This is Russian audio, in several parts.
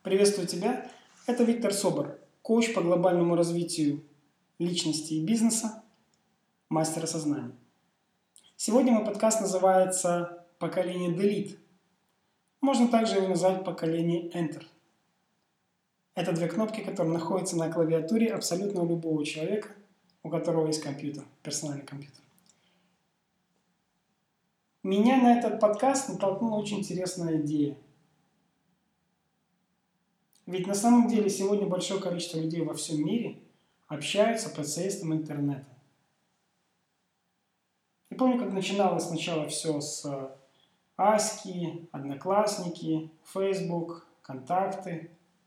Приветствую тебя. Это Виктор Собор, коуч по глобальному развитию личности и бизнеса, мастер осознания. Сегодня мой подкаст называется «Поколение Delete». Можно также его назвать «Поколение Enter». Это две кнопки, которые находятся на клавиатуре абсолютно у любого человека, у которого есть компьютер, персональный компьютер. Меня на этот подкаст натолкнула очень интересная идея. Ведь на самом деле сегодня большое количество людей во всем мире общаются посредством интернета. Я помню, как начиналось сначала все с Аськи, Одноклассники, Facebook, Контакты.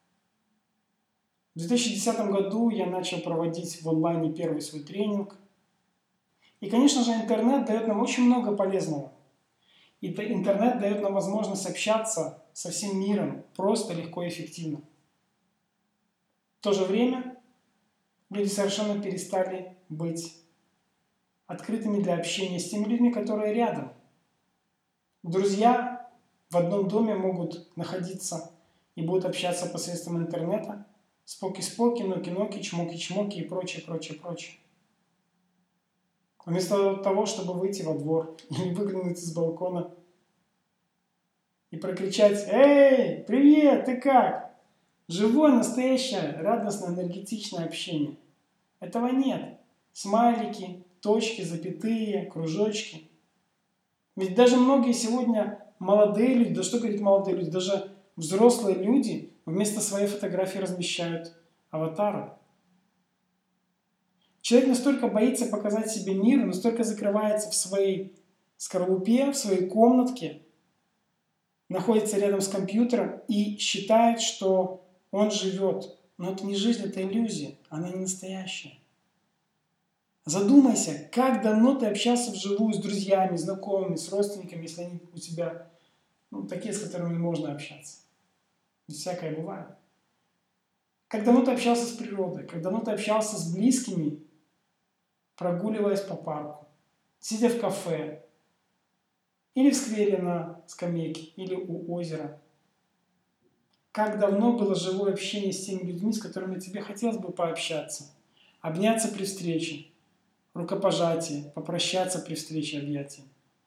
В 2010 году я начал проводить в онлайне первый свой тренинг. И, конечно же, интернет дает нам очень много полезного. И интернет дает нам возможность общаться со всем миром просто, легко и эффективно. В то же время люди совершенно перестали быть открытыми для общения с теми людьми, которые рядом. Друзья в одном доме могут находиться и будут общаться посредством интернета. Споки-споки, ноки-ноки, чмоки-чмоки и прочее, прочее, прочее. Вместо того, чтобы выйти во двор или выглянуть из балкона и прокричать: «Эй, привет, ты как?» Живое, настоящее, радостное, энергетичное общение. Этого нет. Смайлики, точки, запятые, кружочки. Ведь даже многие сегодня молодые люди, да что говорить молодые люди, даже взрослые люди вместо своей фотографии размещают аватары. Человек настолько боится показать себе мир, настолько закрывается в своей скорлупе, в своей комнатке, находится рядом с компьютером и считает, что он живет. Но это не жизнь, это иллюзия, она не настоящая. Задумайся, как давно ты общался вживую с друзьями, знакомыми, с родственниками, если они у тебя такие, с которыми можно общаться. Ведь всякое бывает. Как давно ты общался с природой, как давно ты общался с близкими, прогуливаясь по парку, сидя в кафе, или в сквере на скамейке, или у озера. Как давно было живое общение с теми людьми, с которыми тебе хотелось бы пообщаться, обняться при встрече, рукопожатие, попрощаться при встрече, объятия.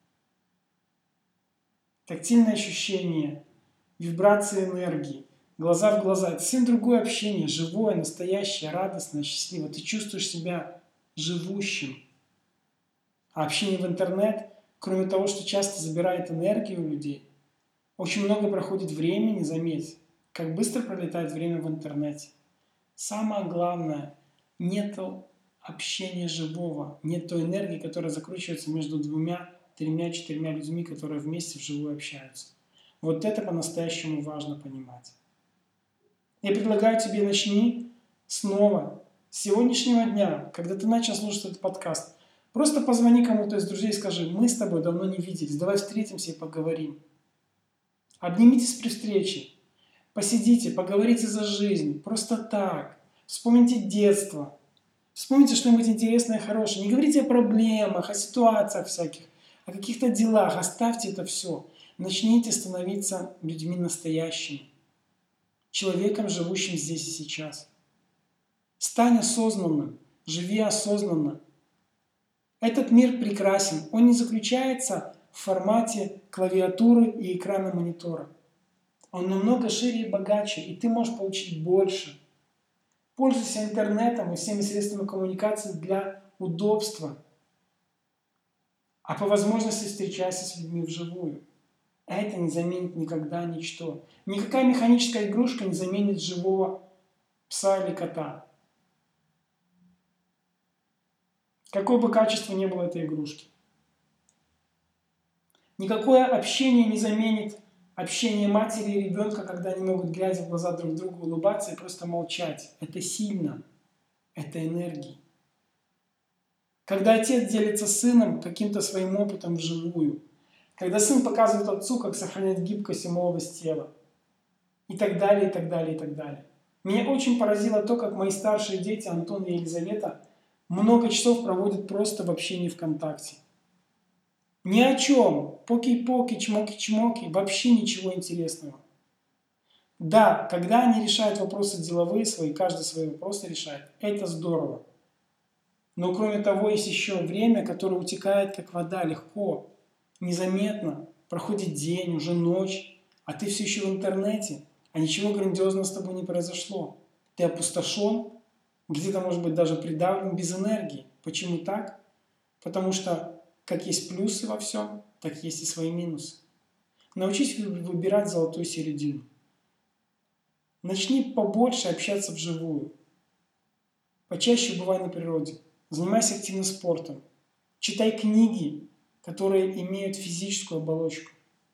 Тактильное ощущение, вибрации энергии, глаза в глаза. Это совсем другое общение, живое, настоящее, радостное, счастливое. Ты чувствуешь себя живущим. А общение в интернет, кроме того, что часто забирает энергию у людей, очень много проходит времени, заметь, как быстро пролетает время в интернете. Самое главное, нету общения живого, нет той энергии, которая закручивается между двумя, тремя, четырьмя людьми, которые вместе вживую общаются. Вот это по-настоящему важно понимать. Я предлагаю тебе начни снова, с сегодняшнего дня, когда ты начал слушать этот подкаст, просто позвони кому-то из друзей и скажи: мы с тобой давно не виделись, давай встретимся и поговорим. Обнимитесь при встрече, посидите, поговорите за жизнь, просто так. Вспомните детство, вспомните что-нибудь интересное и хорошее. Не говорите о проблемах, о ситуациях всяких, о каких-то делах, оставьте это все. Начните становиться людьми настоящими, человеком, живущим здесь и сейчас. Стань осознанным, живи осознанно. Этот мир прекрасен, он не заключается в формате клавиатуры и экрана монитора. Он намного шире и богаче, и ты можешь получить больше. Пользуйся интернетом и всеми средствами коммуникации для удобства. А по возможности встречайся с людьми вживую. Это не заменит никогда ничто. Никакая механическая игрушка не заменит живого пса или кота. Какое бы качество ни было этой игрушки. Никакое общение не заменит общение матери и ребенка, когда они могут, глядя в глаза друг другу, улыбаться и просто молчать. Это сильно. Это энергия. Когда отец делится с сыном каким-то своим опытом вживую. Когда сын показывает отцу, как сохранять гибкость и молодость тела. И так далее, и так далее, и так далее. Меня очень поразило то, как мои старшие дети, Антон и Елизавета, много часов проводят просто в общении ВКонтакте. Ни о чем. Поки-поки, чмоки-чмоки. Вообще ничего интересного. Да, когда они решают вопросы деловые свои, каждый свои вопросы решает, это здорово. Но кроме того, есть еще время, которое утекает как вода, легко, незаметно. Проходит день, уже ночь, а ты все еще в интернете, а ничего грандиозного с тобой не произошло. Ты опустошен, где-то, может быть, даже придавлен, без энергии. Почему так? Потому что как есть плюсы во всем, так есть и свои минусы. Научись выбирать золотую середину. Начни побольше общаться вживую. Почаще бывай на природе. Занимайся активно спортом. Читай книги, которые имеют физическую оболочку.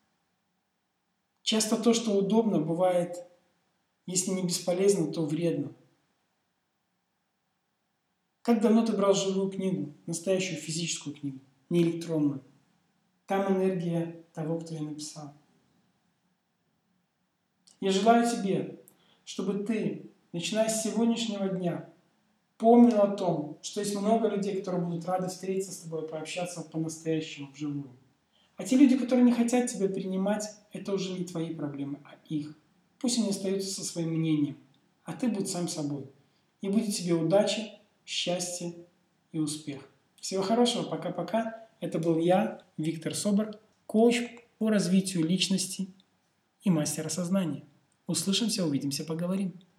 Часто то, что удобно, бывает, если не бесполезно, то вредно. Как давно ты брал живую книгу, настоящую физическую книгу, не электронную? Там энергия того, кто ее написал. Я желаю тебе, чтобы ты, начиная с сегодняшнего дня, помнил о том, что есть много людей, которые будут рады встретиться с тобой, пообщаться по-настоящему, вживую. А те люди, которые не хотят тебя принимать, это уже не твои проблемы, а их. Пусть они остаются со своим мнением, а ты будь сам собой. И будет тебе удачи, счастья и успех. Всего хорошего, пока-пока. Это был я, Виктор Собор, коуч по развитию личности и мастер осознания. Услышимся, увидимся, поговорим.